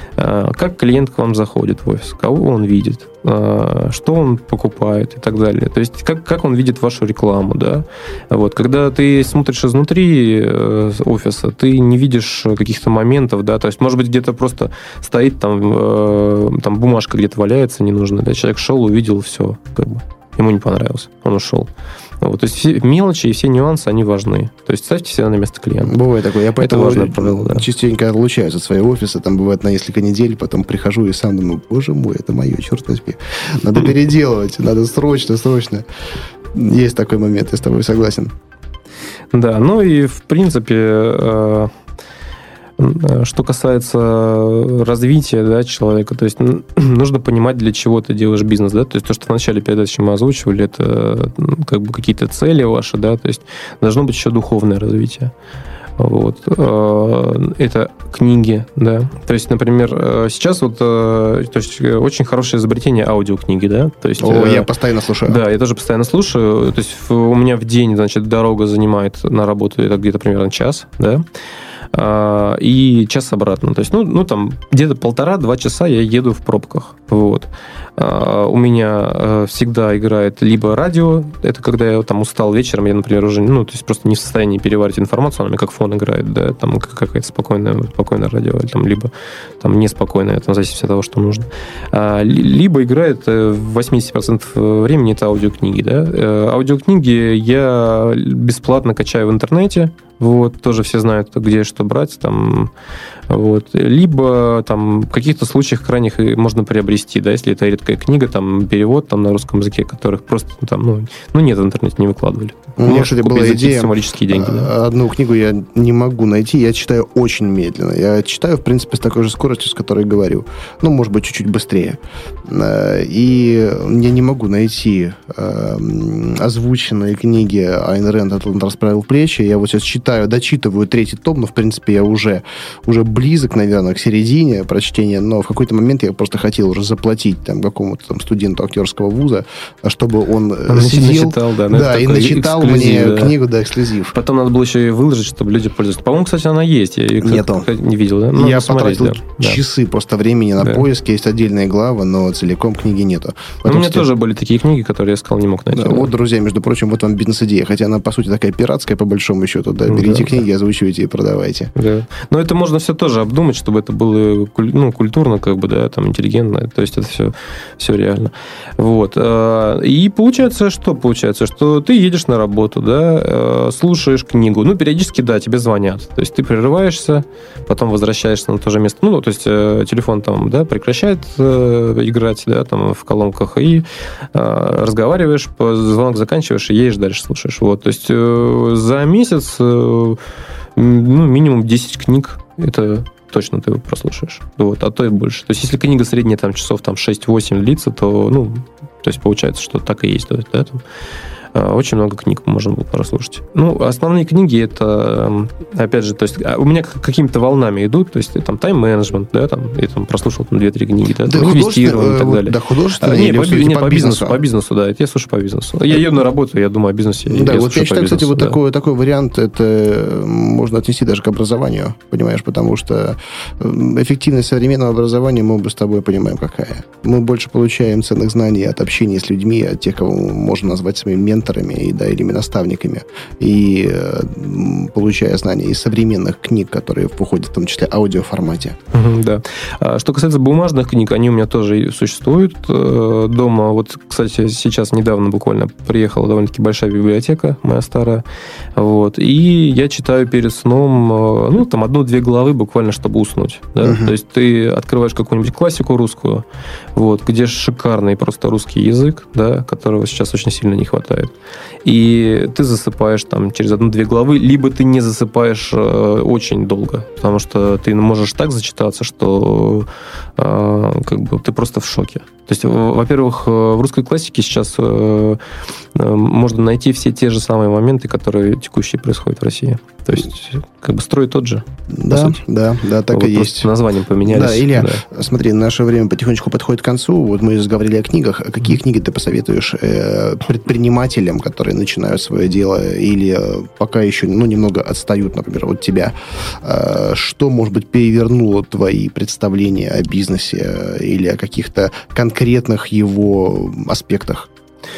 Как клиент к вам заходит в офис, кого он видит, что он покупает и так далее. То есть как, как он видит вашу рекламу, да. Вот. Когда ты смотришь изнутри офиса, ты не видишь каких-то моментов, да, то есть, может быть, где-то просто стоит там, там бумажка где-то валяется ненужная, да, человек шел, увидел, все, как бы, ему не понравилось, он ушел. Вот, то есть все мелочи и все нюансы, они важны. То есть ставьте себя на место клиента. Бывает такое. Я поэтому это важное правило, да. частенько отлучаюсь от своего офиса, там бывает на несколько недель, потом прихожу и сам думаю, боже мой, это мое, черт возьми. Надо переделывать, надо срочно, срочно. Есть такой момент, я с тобой согласен. Да, ну и в принципе... Что касается развития, да, человека, то есть нужно понимать, для чего ты делаешь бизнес, да, то есть то, что в начале передачи мы озвучивали, это как бы какие-то цели ваши, да, то есть должно быть еще духовное развитие. Вот. Это книги, да. То есть, например, сейчас вот то есть, очень хорошее изобретение аудиокниги, да. То есть, О, я постоянно слушаю. Да, я тоже постоянно слушаю. То есть у меня в день, значит, дорога занимает на работу это где-то примерно час, да. И час обратно. То есть, ну, ну там где-то полтора-два часа я еду в пробках. Вот. У меня всегда играет либо радио, это когда я там устал вечером, я, например, уже, ну, то есть просто не в состоянии переварить информацию, она мне как фон играет, да, там какая-то спокойная, спокойное радио, там, либо там неспокойное, там, в зависимости от того, что нужно. Либо играет восемьдесят процентов времени это аудиокниги, да. Аудиокниги я бесплатно качаю в интернете, вот, тоже все знают, где что брать, там, вот. Либо там в каких-то случаях крайних можно приобрести, да, если это редкая книга, там, перевод там на русском языке, которых просто там, ну, ну нет, в интернете не выкладывали. У меня, кстати, была идея, символические деньги, да. Одну книгу я не могу найти, я читаю очень медленно. Я читаю, в принципе, с такой же скоростью, с которой говорю. Ну, может быть, чуть-чуть быстрее. И я не могу найти озвученные книги Айн Рэнд «Атлант расправил плечи». Я вот сейчас читаю, дочитываю третий том, но, в принципе, я уже, уже близок, наверное, к середине прочтения, но в какой-то момент я просто хотел уже заплатить там какому-то там студенту актерского вуза, чтобы он, он сидел, начитал, да, да, и начитал мне да. книгу, да, эксклюзив. Потом надо было еще и выложить, чтобы люди пользовались. По-моему, кстати, она есть. Я ее Нету. Не видел, да? Ну, я потратил да. часы просто времени на да. поиск, есть отдельные главы, но целиком книги нету. У меня что... тоже были такие книги, которые я искал, не мог найти. Да, да. Вот, друзья, между прочим, вот вам бизнес-идея, хотя она, по сути, такая пиратская, по большому счету, да, берите да, книги, да. озвучивайте и продавайте. Да. Но это можно все тоже обдумать, чтобы это было ну, культурно, как бы, да, там, интеллигентно, то есть это все, все реально. Вот. И получается, что получается? Что ты едешь на работу, да, слушаешь книгу, ну, периодически, да, тебе звонят, то есть ты прерываешься, потом возвращаешься на то же место, ну, то есть телефон там, да, прекращает играть, да, там, в колонках, и разговариваешь, звонок заканчиваешь и едешь дальше, слушаешь. Вот, то есть за месяц, ну, минимум десять книг, это точно ты прослушаешь. Вот, а то и больше. То есть, если книга средняя там часов там, шесть-восемь длится, то, ну, то есть, получается, что так и есть. Да, там, очень много книг можно было прослушать. Ну, основные книги это, опять же, то есть у меня какими-то волнами идут, то есть там тайм-менеджмент, да, там, я там прослушал там, две-три книги, да, да инвестирование и так далее. Да, художественные? А, не, по, не, по, по бизнесу, по бизнесу, да, я слушаю по бизнесу. Я еду на работу, я думаю о бизнесе. Да, я вот я считаю, бизнесу, кстати, вот да. такой, такой вариант, это можно отнести даже к образованию, понимаешь, потому что эффективность современного образования мы оба с тобой понимаем, какая. Мы больше получаем ценных знаний от общения с людьми, от тех, кого можно назвать своими менторами, и, да, или наставниками, и э, получая знания из современных книг, которые выходят в том числе в аудиоформате. Mm-hmm, да. А что касается бумажных книг, они у меня тоже существуют. Дома, вот, кстати, сейчас недавно буквально приехала довольно-таки большая библиотека, моя старая, вот, и я читаю перед сном, ну, там, одну-две главы буквально, чтобы уснуть. Да? Mm-hmm. То есть ты открываешь какую-нибудь классику русскую, вот, где шикарный просто русский язык, да, которого сейчас очень сильно не хватает. И ты засыпаешь там через одну-две главы, либо ты не засыпаешь э, очень долго, потому что ты можешь так зачитаться, что э, как бы ты просто в шоке. То есть, во-первых, в русской классике сейчас э, можно найти все те же самые моменты, которые текущие происходят в России. То есть, как бы строй тот же. Да, да, да, так вот и есть. Названием поменялись. Да, Илья, да. Смотри, наше время потихонечку подходит к концу. Вот мы заговорили о книгах. Какие книги ты посоветуешь э, предпринимателям, которые начинают свое дело или пока еще ну, немного отстают, например, от тебя? Э, что, может быть, перевернуло твои представления о бизнесе или о каких-то конкретных его аспектах?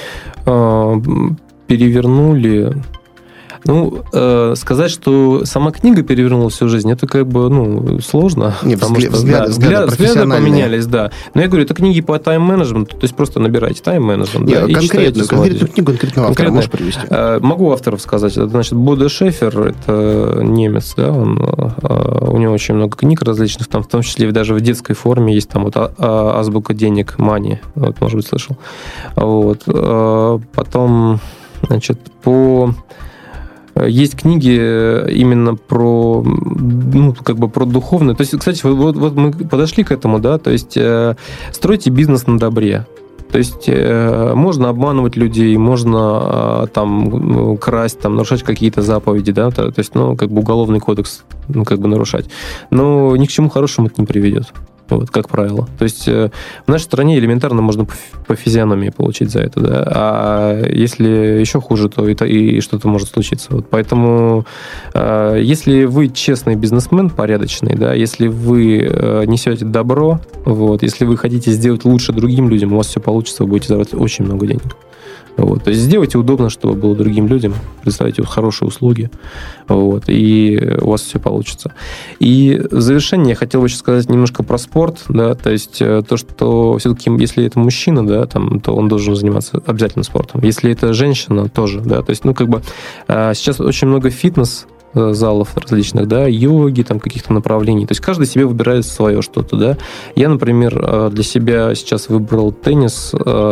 Перевернули... Ну, э, сказать, что сама книга перевернула всю жизнь, это как бы, ну, сложно. Не, потому взгляд, что, взгляды, да, взгляды, взгляды поменялись, да. Но я говорю, это книги по тайм-менеджменту, то есть просто набирайте тайм-менеджмент. Не, да, конкретную, конкретную книгу конкретного автора можешь привести? Э, могу авторов сказать. Это, значит, Бодо Шефер, это немец, да, он, э, у него очень много книг различных, там, в том числе даже в детской форме есть там вот а, а, азбука денег, money, вот, может быть, слышал. Вот. Э, потом, значит, по... Есть книги именно про, ну, как бы про духовное. То есть, кстати, вот, вот мы подошли к этому, да, то есть э, стройте бизнес на добре. То есть э, можно обманывать людей, можно э, там красть, там, нарушать какие-то заповеди, да, то, то есть, ну, как бы уголовный кодекс, ну, как бы нарушать. Но ни к чему хорошему это не приведет. Вот, как правило. То есть э, в нашей стране элементарно можно по, по физиономии получить за это, да. А если еще хуже, то это и, и что-то может случиться. Вот, поэтому э, если вы честный бизнесмен, порядочный, да, если вы э, несете добро, вот, если вы хотите сделать лучше другим людям, у вас все получится, вы будете зарабатывать очень много денег. Вот. То есть сделайте удобно, чтобы было другим людям, представьте вот хорошие услуги, вот, и у вас все получится. И в завершение я хотел бы еще сказать немножко про спорт, да, то есть то, что все-таки, если это мужчина, да, там, то он должен заниматься обязательно спортом. Если это женщина, тоже, да, то есть, ну, как бы сейчас очень много фитнес залов различных, да, йоги, там, каких-то направлений. То есть каждый себе выбирает свое что-то, да. Я, например, для себя сейчас выбрал теннис,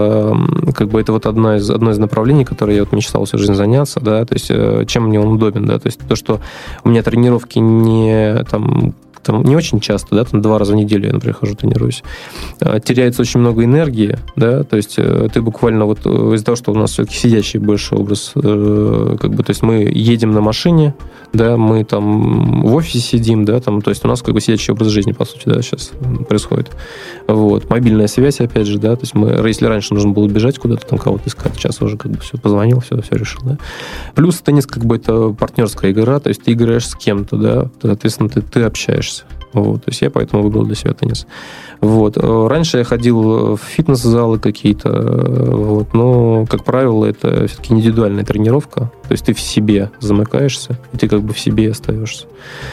как бы это вот одно из, одно из направлений, которое я вот мечтал всю жизнь заняться, да, то есть чем мне он удобен, да, то есть то, что у меня тренировки не там Там не очень часто, да, там два раза в неделю я, например, хожу, тренируюсь. Теряется очень много энергии, да, то есть ты буквально вот из-за того, что у нас все-таки сидящий больше образ, как бы, то есть мы едем на машине, да, мы там в офисе сидим, да, там, то есть у нас как бы сидячий образ жизни, по сути, да, сейчас происходит. Вот. Мобильная связь, опять же, да, то есть мы, если раньше нужно было бежать куда-то, там кого-то искать, сейчас уже как бы все, позвонил, все, все решил, да. Плюс теннис как бы это партнерская игра, то есть ты играешь с кем-то, да, соответственно, ты, ты общаешься. Вот, то есть я поэтому выбрал для себя теннис. Вот. Раньше я ходил в фитнес-залы какие-то, вот, но, как правило, это все-таки индивидуальная тренировка. То есть ты в себе замыкаешься, и ты как бы в себе остаешься.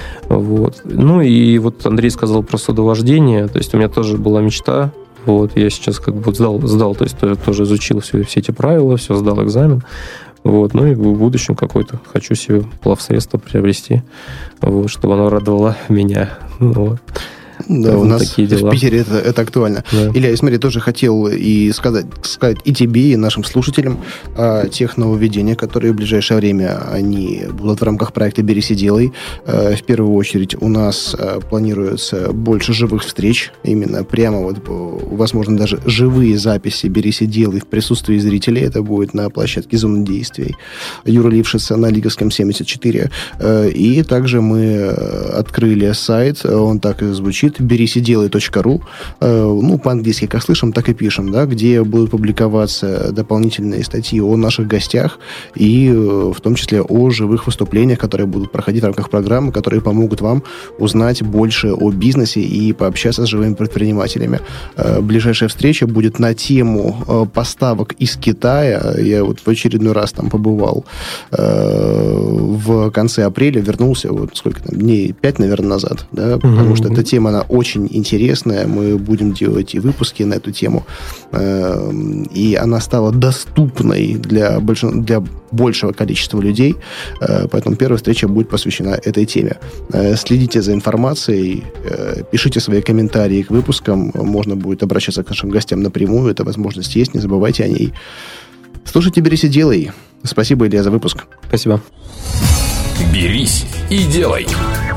Вот. Ну и вот Андрей сказал про судовождение. То есть у меня тоже была мечта. Вот, я сейчас как бы сдал, сдал, то есть тоже изучил все, все эти правила, все, сдал экзамен. Вот, ну и в будущем какой-то хочу себе плавсредство приобрести, вот, чтобы оно радовало меня. Вот. Да, у нас в Питере это, это актуально. Да. Илья, я, смотри, тоже хотел и сказать, сказать и тебе, и нашим слушателям о тех нововведениях, которые в ближайшее время они будут в рамках проекта «Берись и делай». В первую очередь у нас планируется больше живых встреч, именно прямо вот, возможно, даже живые записи «Берись и делай» в присутствии зрителей. Это будет на площадке «Зоны действий» Юры Лившица на Лиговском семьдесят четыре. И также мы открыли сайт, он так и звучит, берись и делай точка ру, ну, по-английски, как слышим, так и пишем, да, где будут публиковаться дополнительные статьи о наших гостях и в том числе о живых выступлениях, которые будут проходить в рамках программы, которые помогут вам узнать больше о бизнесе и пообщаться с живыми предпринимателями. Ближайшая встреча будет на тему поставок из Китая. Я вот в очередной раз там побывал в конце апреля, вернулся, вот сколько там, дней, пять, наверное, назад, да, потому mm-hmm. что эта тема, она очень интересная. Мы будем делать и выпуски на эту тему. И она стала доступной для, больш... для большего количества людей. Поэтому первая встреча будет посвящена этой теме. Следите за информацией, пишите свои комментарии к выпускам. Можно будет обращаться к нашим гостям напрямую. Эта возможность есть, не забывайте о ней. Слушайте, берись и делай. Спасибо, Илья, за выпуск. Спасибо. Берись и делай.